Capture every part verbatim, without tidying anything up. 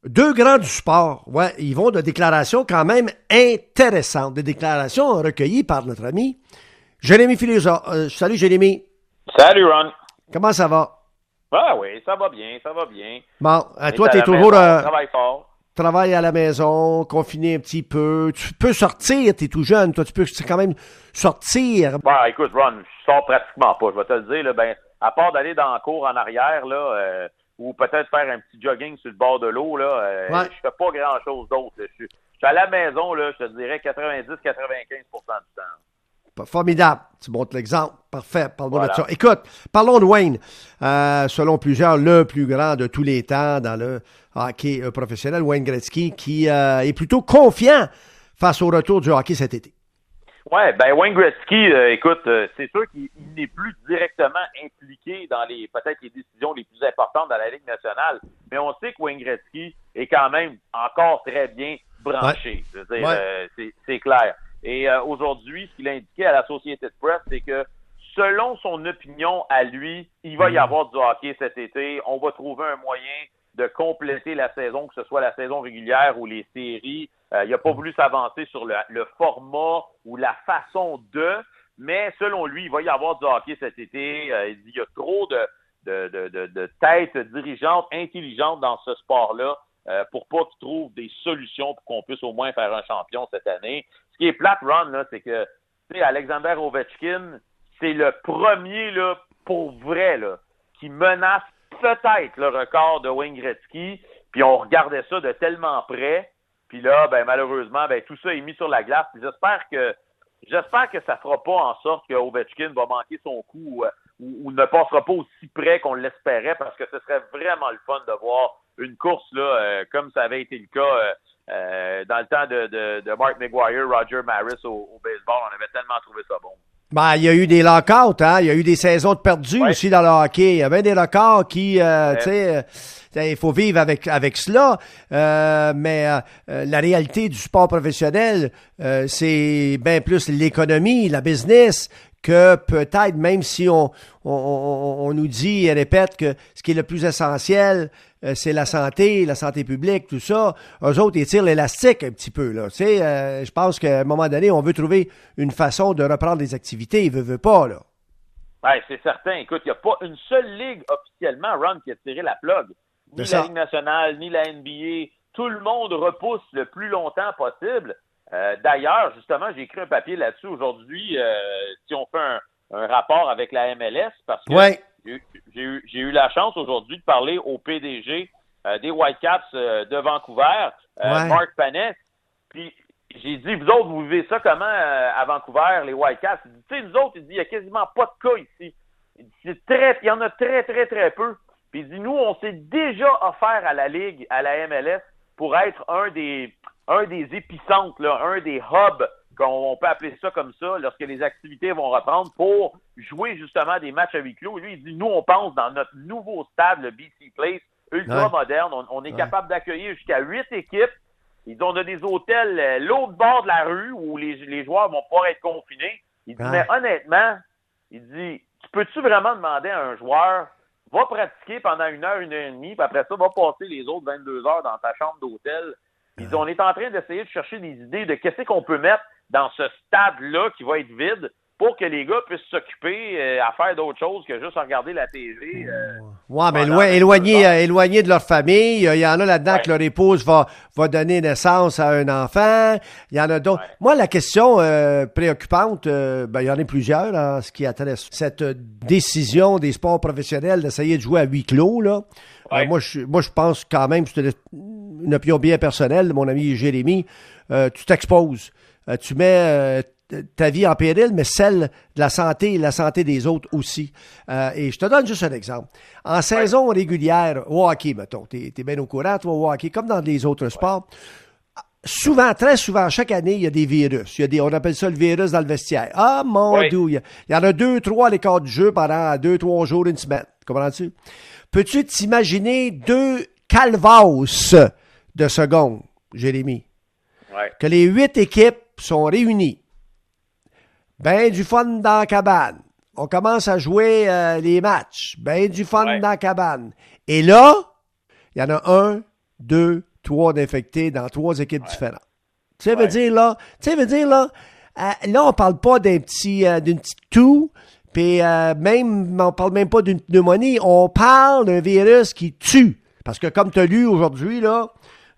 Deux grands du sport, ouais, ils vont de déclarations quand même intéressantes, des déclarations recueillies par notre ami Jérémy Filosa. Euh, salut Jérémy. Salut Ron. Comment ça va? Ah oui, ça va bien, ça va bien. Bon, euh, toi, tu es toujours... Maison, euh, travaille fort. Travaille à la maison, confiné un petit peu. Tu peux sortir, tu es tout jeune, toi, tu peux quand même sortir. Bon, écoute, Ron, je sors pratiquement pas, je vais te le dire. Là, ben, à part d'aller dans la cour en arrière, là... Euh, ou peut-être faire un petit jogging sur le bord de l'eau, là, euh, ouais. je fais pas grand-chose d'autre. Je suis, je suis à la maison, là, je te dirais quatre-vingt-dix à quatre-vingt-quinze pour cent du temps. Formidable. Tu montres l'exemple. Parfait. Parle-moi Voilà. de ça. Écoute, parlons de Wayne. Euh, selon plusieurs, le plus grand de tous les temps dans le hockey professionnel, Wayne Gretzky, qui euh, est plutôt confiant face au retour du hockey cet été. Ouais, ben Wayne Gretzky, euh, écoute, euh, c'est sûr qu'il n'est plus directement impliqué dans les peut-être les décisions les plus importantes dans la Ligue nationale, mais on sait que Wayne Gretzky est quand même encore très bien branché. Ouais. Je veux dire, ouais. euh, c'est, c'est clair. Et euh, aujourd'hui, ce qu'il a indiqué à la Associated Press, c'est que selon son opinion à lui, il va y avoir du hockey cet été. On va trouver un moyen de compléter la saison, que ce soit la saison régulière ou les séries. Euh, il n'a pas voulu s'avancer sur le, le format ou la façon de, mais selon lui, il va y avoir du hockey cet été. Euh, il dit qu'il y a trop de, de, de, de, de têtes dirigeantes intelligentes dans ce sport-là euh, pour pas qu'ils trouvent des solutions pour qu'on puisse au moins faire un champion cette année. Ce qui est plate, Ron, là, c'est que tu sais, Alexander Ovechkin, c'est le premier là, pour vrai là, qui menace peut-être le record de Wayne Gretzky, puis on regardait ça de tellement près, puis là, ben malheureusement, ben tout ça est mis sur la glace, puis j'espère que j'espère que ça fera pas en sorte que Ovechkin va manquer son coup ou, ou, ou ne passera pas aussi près qu'on l'espérait, parce que ce serait vraiment le fun de voir une course là, euh, comme ça avait été le cas euh, euh, dans le temps de, de, de Mark McGuire, Roger Maris au, au baseball. On avait tellement trouvé ça bon. Ben, il y a eu des lockouts, hein. Il y a eu des saisons de perdues ouais. aussi dans le hockey. Il y a bien des lockouts qui, euh, ouais. tu sais, il faut vivre avec avec cela. Euh, mais euh, la réalité du sport professionnel, euh, c'est bien plus l'économie, la business, que peut-être, même si on, on, on, on nous dit et répète que ce qui est le plus essentiel, euh, c'est la santé, la santé publique, tout ça, eux autres, ils tirent l'élastique un petit peu, là. Tu sais, euh, je pense qu'à un moment donné, on veut trouver une façon de reprendre les activités. Ils ne veulent pas, là. Ouais, c'est certain. Écoute, il n'y a pas une seule ligue officiellement, Ron, qui a tiré la plug. Ni la Ligue nationale, ni la N B A. Tout le monde repousse le plus longtemps possible. Euh, d'ailleurs, justement, j'ai écrit un papier là-dessus aujourd'hui, euh, si on fait un, un rapport avec la M L S, parce que ouais. j'ai, j'ai, eu, j'ai eu la chance aujourd'hui de parler au P D G euh, des Whitecaps euh, de Vancouver, euh, ouais. Mark Panet, puis j'ai dit, vous autres, vous vivez ça comment euh, à Vancouver, les Whitecaps? Il dit, tu sais, nous autres, il dit, il n'y a quasiment pas de cas ici. Il dit, c'est très, il y en a très, très, très peu. Puis il dit, nous, on s'est déjà offert à la Ligue, à la M L S, pour être un des... un des épicentres, là, un des hubs, qu'on peut appeler ça comme ça, lorsque les activités vont reprendre, pour jouer justement des matchs à huis clos. Et lui, il dit, nous, on pense dans notre nouveau stade, le B C Place, ultra ouais. moderne, on, on est ouais. capable d'accueillir jusqu'à huit équipes. Ils ont des hôtels euh, l'autre bord de la rue où les, les joueurs vont pouvoir être confinés. Il dit, ouais. mais honnêtement, il dit, tu peux-tu vraiment demander à un joueur, va pratiquer pendant une heure, une heure et demie, puis après ça, va passer les autres vingt-deux heures dans ta chambre d'hôtel. Ils disent, on est en train d'essayer de chercher des idées de qu'est-ce qu'on peut mettre dans ce stade-là qui va être vide pour que les gars puissent s'occuper euh, à faire d'autres choses que juste à regarder la T V. Euh, ouais, mais loin, éloigné, euh, éloigné de leur famille. Il y en a là-dedans ouais. que leur épouse va, va donner naissance à un enfant. Il y en a d'autres. Ouais. Moi, la question euh, préoccupante, euh, ben, il y en a plusieurs en ce qui intéresse cette décision des sports professionnels d'essayer de jouer à huis clos, là. Ouais. Euh, moi, je, moi, je pense quand même, c'est une opinion bien personnelle de mon ami Jérémy, euh, tu t'exposes. Euh, tu mets euh, ta vie en péril, mais celle de la santé et la santé des autres aussi. Euh, et je te donne juste un exemple. En ouais. saison régulière, au hockey, mettons, tu es bien au courant, toi, au hockey, comme dans les autres sports, ouais. souvent, très souvent, chaque année, il y a des virus. Il y a des, on appelle ça le virus dans le vestiaire. Ah, mon ouais. Dieu! Il y, il y en a deux, trois à l'écart du jeu pendant deux, trois jours, une semaine. Comprends-tu? Peux-tu t'imaginer deux calvasses de secondes, Jérémy? Ouais. Que les huit équipes sont réunies. Ben du fun dans la cabane. On commence à jouer euh, les matchs. Ben du fun ouais. dans la cabane. Et là, il y en a un, deux, trois d'infectés dans trois équipes ouais. différentes. Tu sais, ouais. veut dire là, tu sais, veut dire là, euh, là, on parle pas d'un petit, euh, d'une petite toux, puis euh, même, on parle même pas d'une pneumonie, on parle d'un virus qui tue. Parce que comme tu as lu aujourd'hui, là,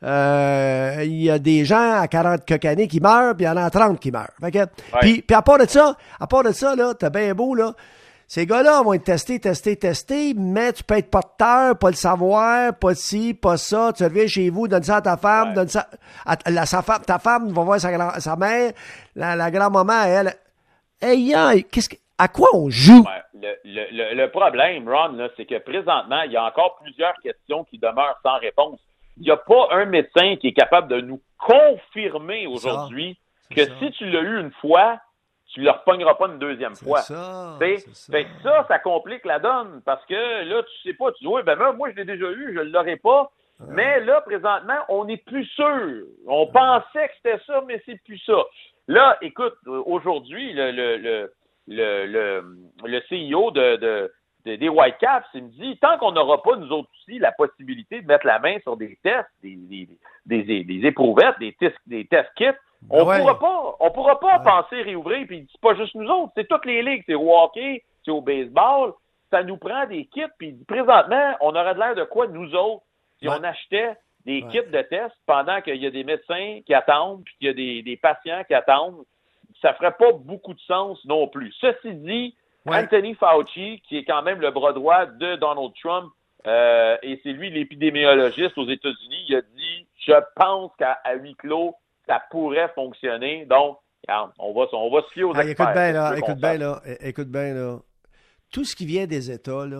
euh, il y a des gens à quarante quelques années qui meurent, puis il y en a trente qui meurent. Fait que, ouais. puis, puis à part de ça, à part de ça, là, t'as bien beau, là, ces gars-là vont être testés, testés, testés, mais tu peux être porteur, pas le savoir, pas ci, pas ça. Tu reviens chez vous, donne ça à ta femme, ouais. donne ça à la, sa femme, ta femme va voir sa, grand, sa mère, la, la grand-maman, elle. Hey, hey, qu'est-ce que, à quoi on joue? Ouais, le, le, le problème, Ron, là, c'est que présentement, il y a encore plusieurs questions qui demeurent sans réponse. Il n'y a pas un médecin qui est capable de nous confirmer aujourd'hui ça, que ça. si tu l'as eu une fois, tu ne le repogneras pas une deuxième c'est fois. Ça, c'est ça. Fait que ça, ça complique la donne parce que là, tu sais pas, tu dis, oui, ben moi, je l'ai déjà eu, je ne l'aurai pas. Ah. Mais là, présentement, on n'est plus sûr. On ah. pensait que c'était ça, mais c'est plus ça. Là, écoute, aujourd'hui, le, le, le, le, le, le C E O de, de, de, des Whitecaps, il me dit, tant qu'on n'aura pas, nous autres aussi, la possibilité de mettre la main sur des tests, des, des, des, des, des éprouvettes, des tests, des test kits, on ne ouais. pourra pas, on pourra pas ouais. penser réouvrir, puis c'est pas juste nous autres, c'est toutes les ligues, c'est au hockey, c'est au baseball, ça nous prend des kits, puis présentement, on aurait de l'air de quoi, nous autres, si ouais. on achetait des ouais. kits de tests pendant qu'il y a des médecins qui attendent, puis qu'il y a des, des patients qui attendent, ça ferait pas beaucoup de sens non plus. Ceci dit, ouais. Anthony Fauci, qui est quand même le bras droit de Donald Trump, euh, et c'est lui l'épidémiologiste aux États-Unis, il a dit, je pense qu'à à huis clos, ça pourrait fonctionner. Donc, regarde, on va, on va se fier aux ah, experts. Écoute bien, là, écoute bien, là, écoute bien, là. Tout ce qui vient des États, là,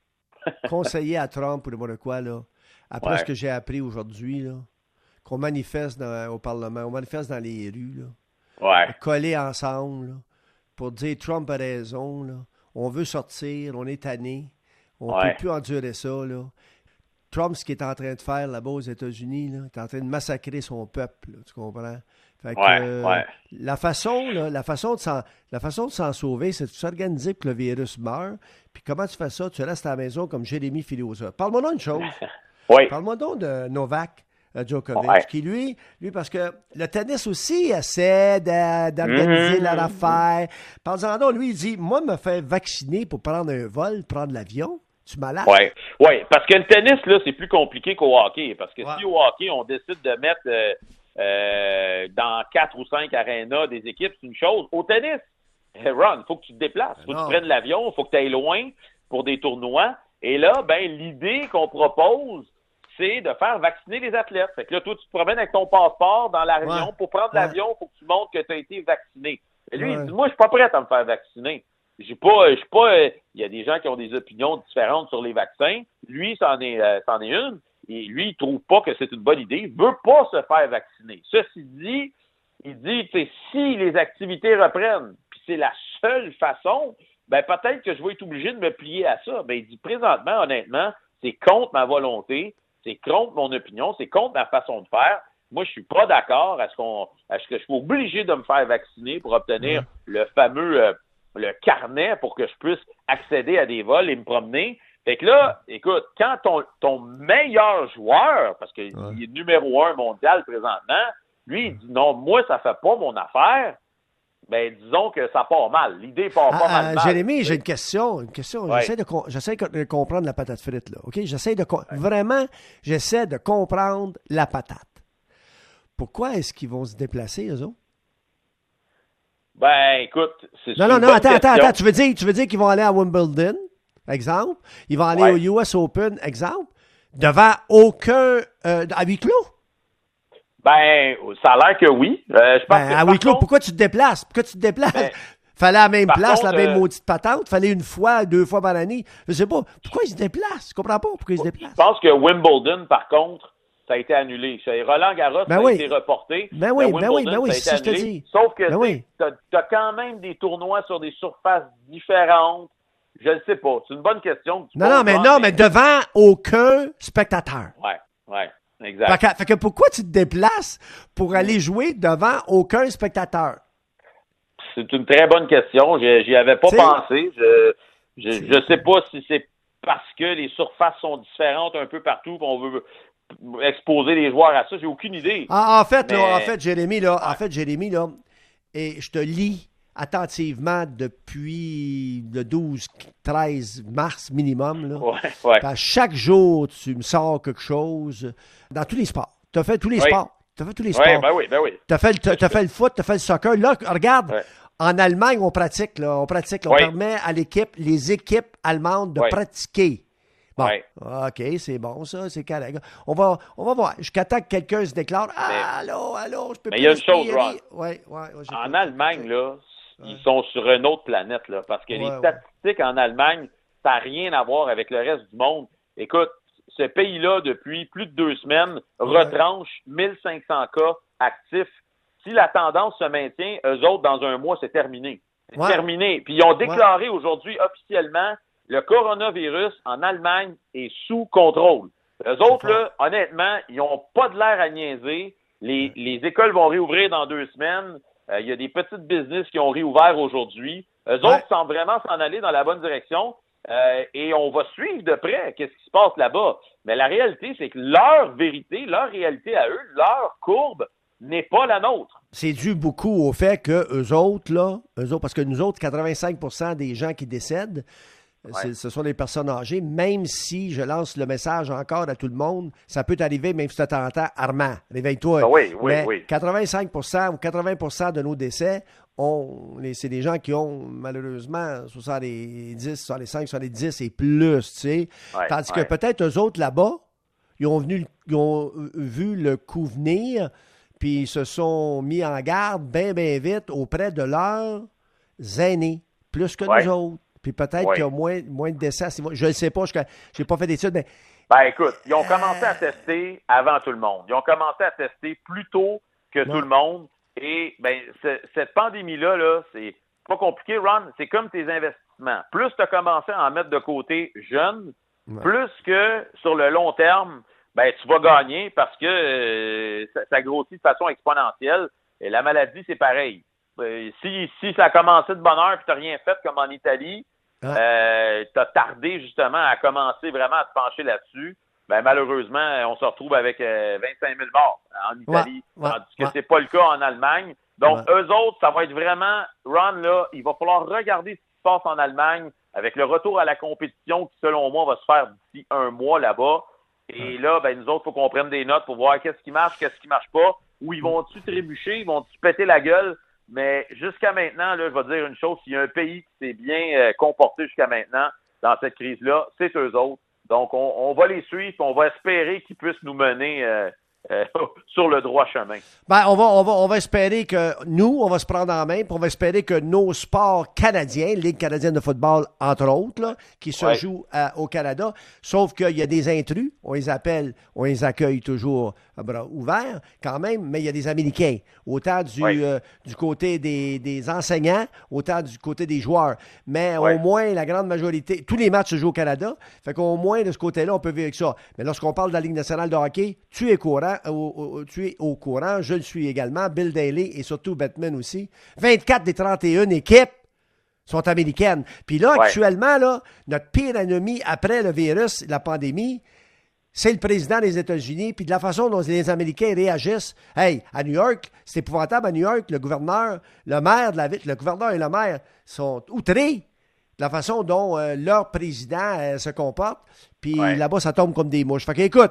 conseillé à Trump ou de de quoi, là, après ouais. ce que j'ai appris aujourd'hui, là, qu'on manifeste dans, au Parlement, on manifeste dans les rues, là, ouais. collés ensemble, là, pour dire Trump a raison, là, on veut sortir, on est tanné, on ne ouais. peut plus endurer ça, là. Trump, ce qu'il est en train de faire là-bas aux États-Unis, là, il est en train de massacrer son peuple, là, tu comprends? Fait que, ouais, euh, ouais. La façon, là, la façon de s'en, la façon de s'en sauver, c'est de s'organiser pour que le virus meure. Puis comment tu fais ça? Tu restes à la maison comme Jérémy Filosa. Parle-moi donc d'une chose. oui. Parle-moi donc de Novak Djokovic, ouais. qui lui, lui, parce que le tennis aussi essaie de, d'organiser mm-hmm. leur affaire. Parle-en donc, lui, il dit, moi, me faire vacciner pour prendre un vol, prendre l'avion. Tu malade? Oui, ouais, parce que le tennis, là, c'est plus compliqué qu'au hockey. Parce que ouais. si au hockey, on décide de mettre euh, euh, dans quatre ou cinq arénas des équipes, c'est une chose. Au tennis, Ron, il faut que tu te déplaces. Il faut que tu prennes l'avion, il faut que tu ailles loin pour des tournois. Et là, ben, l'idée qu'on propose, c'est de faire vacciner les athlètes. Fait que là, toi, tu te promènes avec ton passeport dans la région. Ouais. Pour prendre ouais. l'avion, il faut que tu montres que tu as été vacciné. Et lui, ouais. il dit, moi, je suis pas prêt à me faire vacciner. J'ai pas, je suis pas, il euh, y a des gens qui ont des opinions différentes sur les vaccins. Lui, c'en est, euh, c'en est une. Et lui, il trouve pas que c'est une bonne idée. Il veut pas se faire vacciner. Ceci dit, il dit, tu sais, si les activités reprennent, puis c'est la seule façon, ben, peut-être que je vais être obligé de me plier à ça. Ben, il dit, présentement, honnêtement, c'est contre ma volonté, c'est contre mon opinion, c'est contre ma façon de faire. Moi, je suis pas d'accord à ce qu'on, à ce que je suis obligé de me faire vacciner pour obtenir mmh. le fameux, euh, le carnet pour que je puisse accéder à des vols et me promener. Fait que là, écoute, quand ton, ton meilleur joueur, parce qu'il ouais. est numéro un mondial présentement, lui, il dit non, moi, ça fait pas mon affaire, ben disons que ça part mal. L'idée part pas ah, mal. Euh, Jérémy, j'ai une question. Une question. Ouais. J'essaie, de, j'essaie de comprendre la patate frite, là. OK? J'essaie de ouais. Vraiment, j'essaie de comprendre la patate. Pourquoi est-ce qu'ils vont se déplacer, eux autres? Ben, écoute, c'est Non, non, non, attends, attends, attends. Tu veux dire, tu veux dire qu'ils vont aller à Wimbledon, exemple? Ils vont aller ouais. au U S Open, exemple? Devant aucun... Euh, à huis clos? Ben, ça a l'air que oui. Euh, je pense ben, que, à huis clos, contre... pourquoi tu te déplaces? Pourquoi tu te déplaces? Ben, fallait à la même place, contre, la même euh... maudite patente. Fallait une fois, deux fois par année. Je sais pas. Pourquoi ils se déplacent? Je comprends pas pourquoi ils se déplacent. Je pense que Wimbledon, par contre, ça a été annulé. Roland Garros, ben ça oui. a été reporté. Ben oui, ben oui, ben oui, c'est ce que je te dis. Sauf que ben oui. tu as quand même des tournois sur des surfaces différentes. Je ne sais pas. C'est une bonne question. Non, non, mais non, mais devant aucun spectateur. Ouais, ouais, exact. Fait que, fait que pourquoi tu te déplaces pour aller jouer devant aucun spectateur? C'est une très bonne question. J'y avais pas T'sais, pensé. Je je, je sais pas si c'est parce que les surfaces sont différentes un peu partout, qu'on veut exposer les joueurs à ça? J'ai aucune idée. En, en fait, Mais... là, en fait, Jérémy, là, ouais. en fait, Jérémy, là, et je te lis attentivement depuis le douze treize mars minimum. Là. Ouais, ouais. À chaque jour, tu me sors quelque chose dans tous les sports. Tu as fait tous les oui. sports. Tu as fait tous les sports. Oui, ben oui, ben oui. Tu as fait, fait le foot, tu as fait le soccer. Là, regarde, ouais. en Allemagne, on pratique. Là, on pratique. Là, on oui. permet à l'équipe, les équipes allemandes de oui. pratiquer. Bon, ouais. OK, c'est bon, ça, c'est correct. On va, on va voir. Jusqu'à temps que quelqu'un se déclare. Ah, mais, allô, allô, je peux mais plus. Mais il y a une chose, Ron. Ouais, ouais, ouais, en pas... Allemagne, là, ouais. ils sont sur une autre planète, là, parce que ouais, les statistiques ouais. en Allemagne, ça n'a rien à voir avec le reste du monde. Écoute, ce pays-là, depuis plus de deux semaines, ouais. retranche mille cinq cents cas actifs. Si la tendance se maintient, eux autres, dans un mois, c'est terminé. C'est ouais. terminé. Puis ils ont déclaré ouais. aujourd'hui officiellement le coronavirus en Allemagne est sous contrôle. Eux autres, là, honnêtement, ils n'ont pas de l'air à niaiser. Les, les écoles vont réouvrir dans deux semaines. Euh, il y a des petites business qui ont réouvert aujourd'hui. Eux ouais. autres semblent vraiment s'en aller dans la bonne direction. Euh, et on va suivre de près qu'est-ce qui se passe là-bas. Mais la réalité, c'est que leur vérité, leur réalité à eux, leur courbe n'est pas la nôtre. C'est dû beaucoup au fait que eux autres, là, eux autres, parce que nous autres, quatre-vingt-cinq pour cent des gens qui décèdent, ouais. ce sont des personnes âgées, même si je lance le message encore à tout le monde, ça peut t'arriver même si tu as trente ans, Armand, réveille-toi. Ah oui, oui, mais oui. quatre-vingt-cinq pour cent ou quatre-vingts pour cent de nos décès, on, c'est des gens qui ont malheureusement soixante-dix, soixante-cinq, soixante-dix et plus, tu sais. Ouais, Tandis ouais. que peut-être eux autres là-bas, ils ont, venu, ils ont vu le coup venir, puis ils se sont mis en garde bien, bien vite auprès de leurs aînés, plus que ouais. nous autres. Puis peut-être ouais. qu'il y a moins, moins de décès. Je ne sais pas, je n'ai pas fait d'études, mais... Ben écoute, ils ont commencé à tester avant tout le monde. Ils ont commencé à tester plus tôt que ouais. tout le monde. Et ben ce, cette pandémie-là, là, c'est pas compliqué, Ron. C'est comme tes investissements. Plus tu as commencé à en mettre de côté jeune, ouais. plus que sur le long terme, ben tu vas gagner parce que euh, ça, ça grossit de façon exponentielle. Et la maladie, c'est pareil. Euh, si, si ça a commencé de bonne heure et tu n'as rien fait comme en Italie, ah. euh, tu as tardé justement à commencer vraiment à te pencher là-dessus, ben malheureusement, on se retrouve avec euh, vingt-cinq mille morts en Italie, ouais, tandis ouais. que c'est pas le cas en Allemagne. Donc, ouais. eux autres, ça va être vraiment, Ron, là, il va falloir regarder ce qui se passe en Allemagne avec le retour à la compétition qui, selon moi, va se faire d'ici un mois là-bas. Et ouais. là, ben nous autres, il faut qu'on prenne des notes pour voir qu'est-ce qui marche, qu'est-ce qui marche pas, où ils vont-tu trébucher, ils vont-tu péter la gueule. Mais jusqu'à maintenant, là, je vais dire une chose, s'il y a un pays qui s'est bien euh, comporté jusqu'à maintenant dans cette crise-là, c'est eux autres. Donc, on, on va les suivre, on va espérer qu'ils puissent nous mener euh, euh, sur le droit chemin. Ben, on va, on va, on va espérer que nous, on va se prendre en main, puis on va espérer que nos sports canadiens, Ligue canadienne de football, entre autres, là, qui se ouais. jouent à, au Canada, sauf qu'il y a des intrus, on les appelle, on les accueille toujours à bras ouverts, quand même, mais il y a des Américains, autant du, ouais. euh, du côté des, des enseignants, autant du côté des joueurs. Mais ouais. au moins, la grande majorité, tous les matchs se jouent au Canada, fait qu'au moins, de ce côté-là, on peut vivre avec ça. Mais lorsqu'on parle de la Ligue nationale de hockey, tu es courant, Au, au, tu es au courant, je le suis également, Bill Daly et surtout Bettman aussi. vingt-quatre des trente et une équipes sont américaines. Puis là, ouais. actuellement, là, notre pire ennemi après le virus, la pandémie, c'est le président des États-Unis, puis de la façon dont les Américains réagissent. Hey, à New York, c'est épouvantable à New York, le gouverneur, le maire de la ville, le gouverneur et le maire sont outrés de la façon dont euh, leur président euh, se comporte, puis ouais. là-bas, ça tombe comme des mouches. Fait qu'écoute,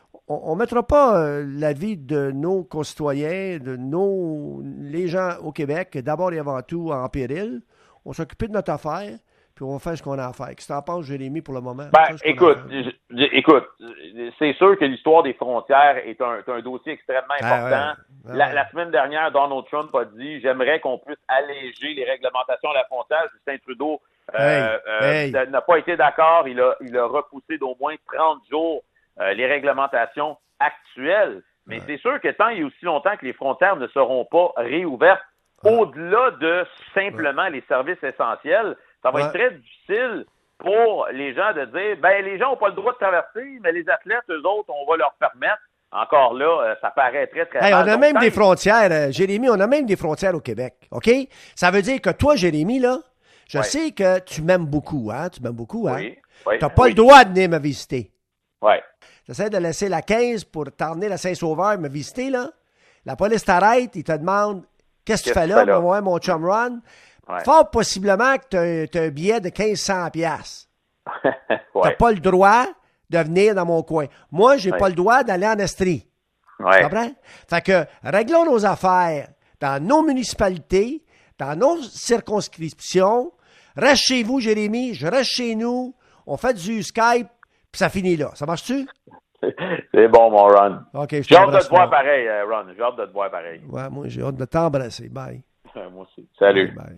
on ne mettra pas euh, la vie de nos concitoyens, de nos les gens au Québec, d'abord et avant tout en péril. On s'occupe de notre affaire, puis on va faire ce qu'on a à faire. Qu'est-ce que tu en penses, Jérémy, pour le moment? Ben, écoute, je, je, écoute, c'est sûr que l'histoire des frontières est un, est un dossier extrêmement important. Ah ouais. Ah la, ouais. la semaine dernière, Donald Trump a dit « J'aimerais qu'on puisse alléger les réglementations à la frontière. » Justin Trudeau euh, hey. euh, hey. n'a pas été d'accord. Il a, il a repoussé d'au moins trente jours Euh, les réglementations actuelles. Mais ouais. c'est sûr que tant et aussi longtemps que les frontières ne seront pas réouvertes, ouais. au-delà de simplement ouais. les services essentiels, ça va ouais. être très difficile pour les gens de dire, ben les gens n'ont pas le droit de traverser, mais les athlètes, eux autres, on va leur permettre. Encore là, euh, ça paraît très, très hey, mal. On a Donc, même des il... frontières, euh, Jérémy, on a même des frontières au Québec, OK? Ça veut dire que toi, Jérémy, là, je ouais. sais que tu m'aimes beaucoup, hein? Tu m'aimes beaucoup, hein? Oui. oui. Tu n'as pas oui. le droit de venir me visiter. Oui. tu essaies de laisser la quinze pour t'emmener à Saint-Sauveur me visiter, là. La police t'arrête, il te demande qu'est-ce que tu fais là, là? Moi, mon chum run. Ouais. Fort possiblement que tu as un billet de quinze cents piastres. ouais. Tu n'as pas le droit de venir dans mon coin. Moi, j'ai ouais. pas le droit d'aller en Estrie. Ouais. Tu comprends? Fait que réglons nos affaires dans nos municipalités, dans nos circonscriptions. Reste chez vous, Jérémy, je reste chez nous. On fait du Skype, puis ça finit là. Ça marche-tu? C'est bon, mon Ron. Okay, j'ai hâte de te voir pareil, Ron. J'ai hâte de te voir pareil. Ouais, moi, j'ai hâte de t'embrasser. Bye. Moi aussi. Salut. Bye, bye.